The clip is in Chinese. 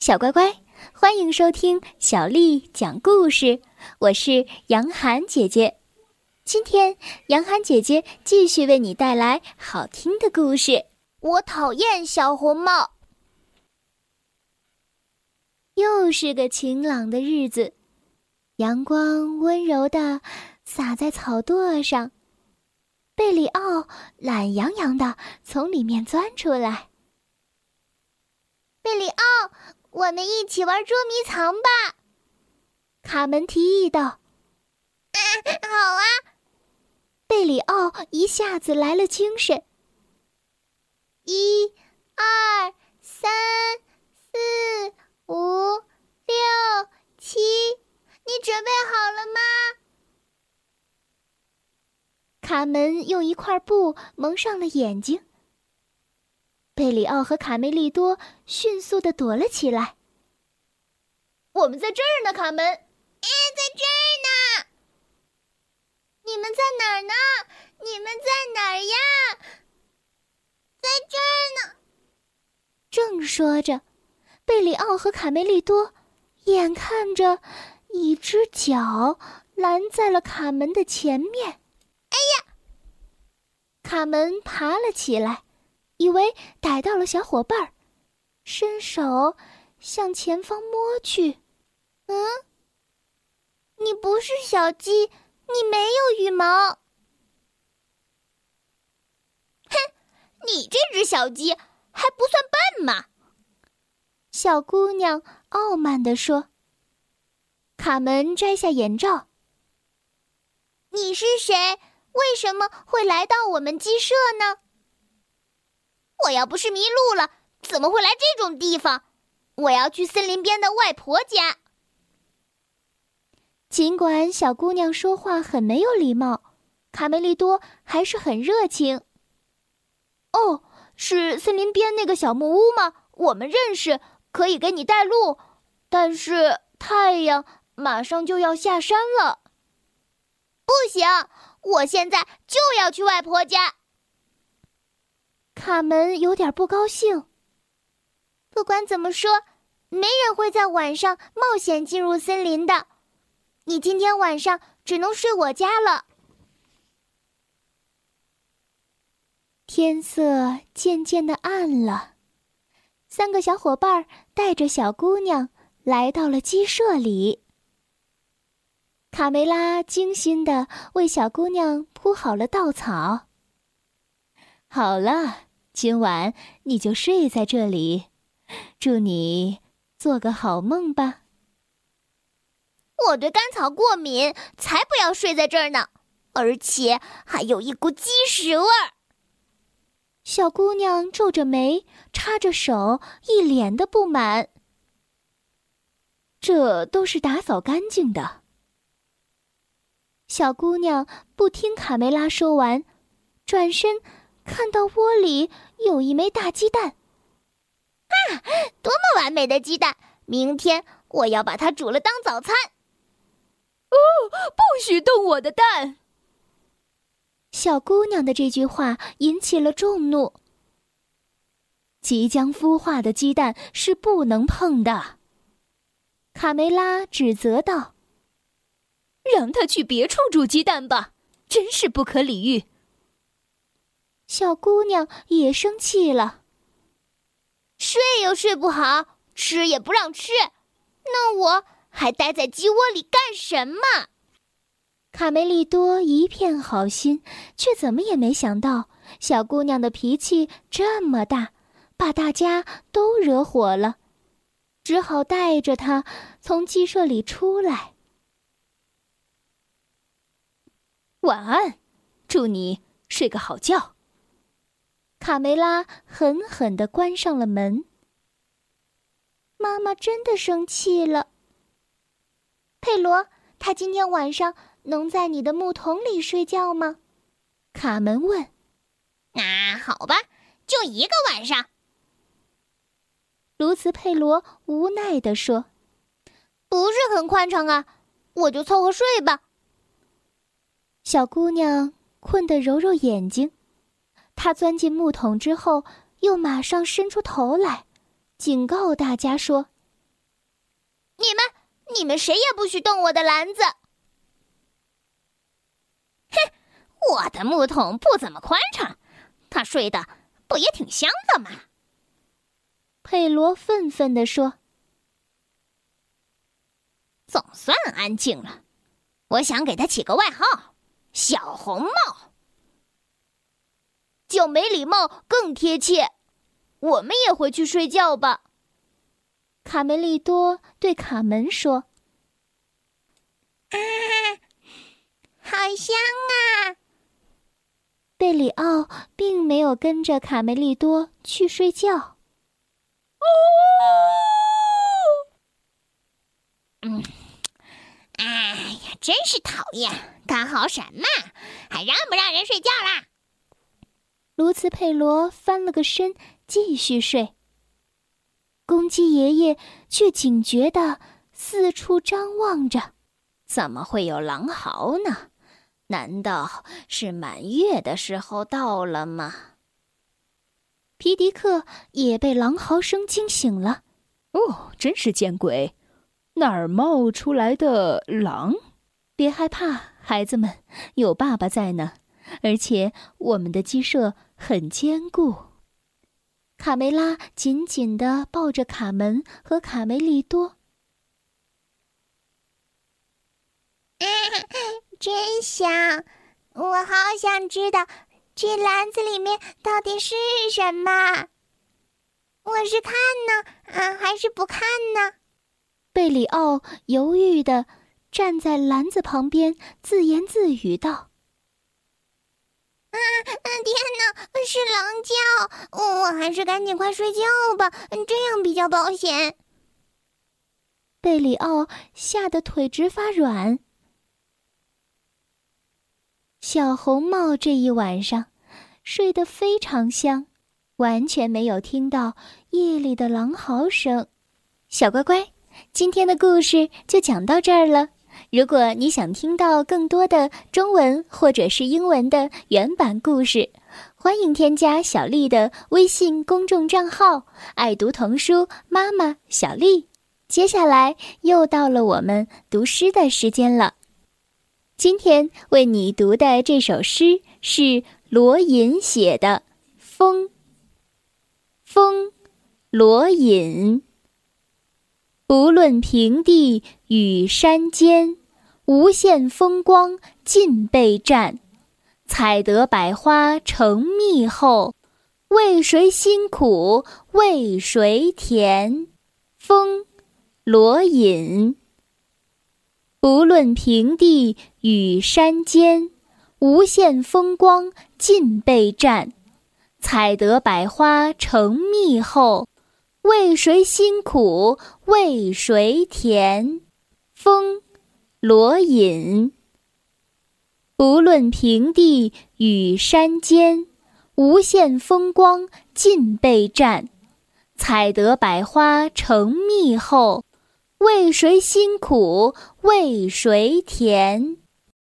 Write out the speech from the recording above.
小乖乖，欢迎收听小丽讲故事，我是杨涵姐姐。今天杨涵姐姐继续为你带来好听的故事。 我讨厌小红帽。 又是个晴朗的日子，阳光温柔地洒在草垛上，贝里奥懒洋洋地从里面钻出来。 贝里奥，我们一起玩捉迷藏吧， 卡门提议道。 好啊。 贝里奥一下子来了精神。 1、2、3、4、5、6、7，你准备好了吗？ 卡门用一块布蒙上了眼睛。贝里奥和卡梅利多迅速地躲了起来。 我们在这儿呢，卡门。在这儿呢。你们在哪儿呢？你们在哪儿呀？在这儿呢。 正说着，贝里奥和卡梅利多眼看着一只脚拦在了卡门的前面。 哎呀！ 卡门爬了起来，以为逮到了小伙伴，伸手向前方摸去。 你不是小鸡，你没有羽毛。哼，你这只小鸡还不算笨吗？ 小姑娘傲慢地说。卡门摘下眼罩。 你是谁？为什么会来到我们鸡舍呢？我要不是迷路了，怎么会来这种地方？我要去森林边的外婆家。 尽管小姑娘说话很没有礼貌，卡梅利多还是很热情。 哦，是森林边那个小木屋吗？我们认识，可以给你带路。但是太阳马上就要下山了。不行，我现在就要去外婆家。 卡门有点不高兴。 不管怎么说，没人会在晚上冒险进入森林的。你今天晚上只能睡我家了。 天色渐渐地暗了，三个小伙伴带着小姑娘来到了鸡舍里。卡梅拉精心地为小姑娘铺好了稻草。好了，今晚你就睡在这里，祝你做个好梦吧。 我对干草过敏，才不要睡在这儿呢，而且还有一股鸡屎味儿。 小姑娘皱着眉，插着手，一脸的不满。这都是打扫干净的。小姑娘不听卡梅拉说完，转身看到窝里有一枚大鸡蛋。 多么完美的鸡蛋！明天我要把它煮了当早餐。 不许动我的蛋！ 小姑娘的这句话引起了众怒。即将孵化的鸡蛋是不能碰的。卡梅拉指责道：“ 让他去别处煮鸡蛋吧，真是不可理喻。” 小姑娘也生气了。 睡又睡不好，吃也不让吃，那我还待在鸡窝里干什么？ 卡梅利多一片好心，却怎么也没想到小姑娘的脾气这么大，把大家都惹火了，只好带着她从鸡舍里出来。 晚安，祝你睡个好觉。 卡梅拉狠狠地关上了门。 妈妈真的生气了。佩罗，她今天晚上能在你的木桶里睡觉吗？ 卡门问。 好吧，就一个晚上。 卢茨佩罗无奈地说。 不是很宽敞啊，我就凑合睡吧。 小姑娘困得揉揉眼睛，她钻进木桶之后，又马上伸出头来，警告大家说：“ 你们谁也不许动我的篮子！ 哼，我的木桶不怎么宽敞，他睡得不也挺香的吗？ 佩罗愤愤地说。 总算安静了，我想给他起个外号，小红帽。 叫没礼貌更贴切。我们也回去睡觉吧。 卡梅利多对卡门说。 啊，好香啊！ 贝里奥并没有跟着卡梅利多去睡觉。 哎呀，真是讨厌！干好什么？还让不让人睡觉啦？ 卢茨佩罗翻了个身，继续睡。公鸡爷爷却警觉地四处张望着。 怎么会有狼嚎呢？难道是满月的时候到了吗？ 皮迪克也被狼嚎声惊醒了。 哦，真是见鬼！哪儿冒出来的狼？ 别害怕，孩子们，有爸爸在呢，而且我们的鸡舍很坚固。卡梅拉紧紧地抱着卡门和卡梅利多。 真香！我好想知道这篮子里面到底是什么。我是看呢，还是不看呢？ 贝里奥犹豫地站在篮子旁边，自言自语道： 天哪，是狼叫！我还是赶紧快睡觉吧，这样比较保险。 贝里奥吓得腿直发软。小红帽这一晚上睡得非常香，完全没有听到夜里的狼嚎声。小乖乖，今天的故事就讲到这儿了。如果你想听到更多的中文或者是英文的原版故事，欢迎添加小丽的微信公众账号爱读童书妈妈小丽。接下来又到了我们读诗的时间了。今天为你读的这首诗是罗隐写的《风》。风，罗隐。不论平地与山间，无限风光尽被占。采得百花成蜜后，为谁辛苦为谁甜？风，罗隐。不论平地与山间，无限风光尽被占。采得百花成蜜后，为谁辛苦为谁甜？风，罗隐。不论平地与山间，无限风光尽被占。采得百花成蜜后，为谁辛苦为谁甜？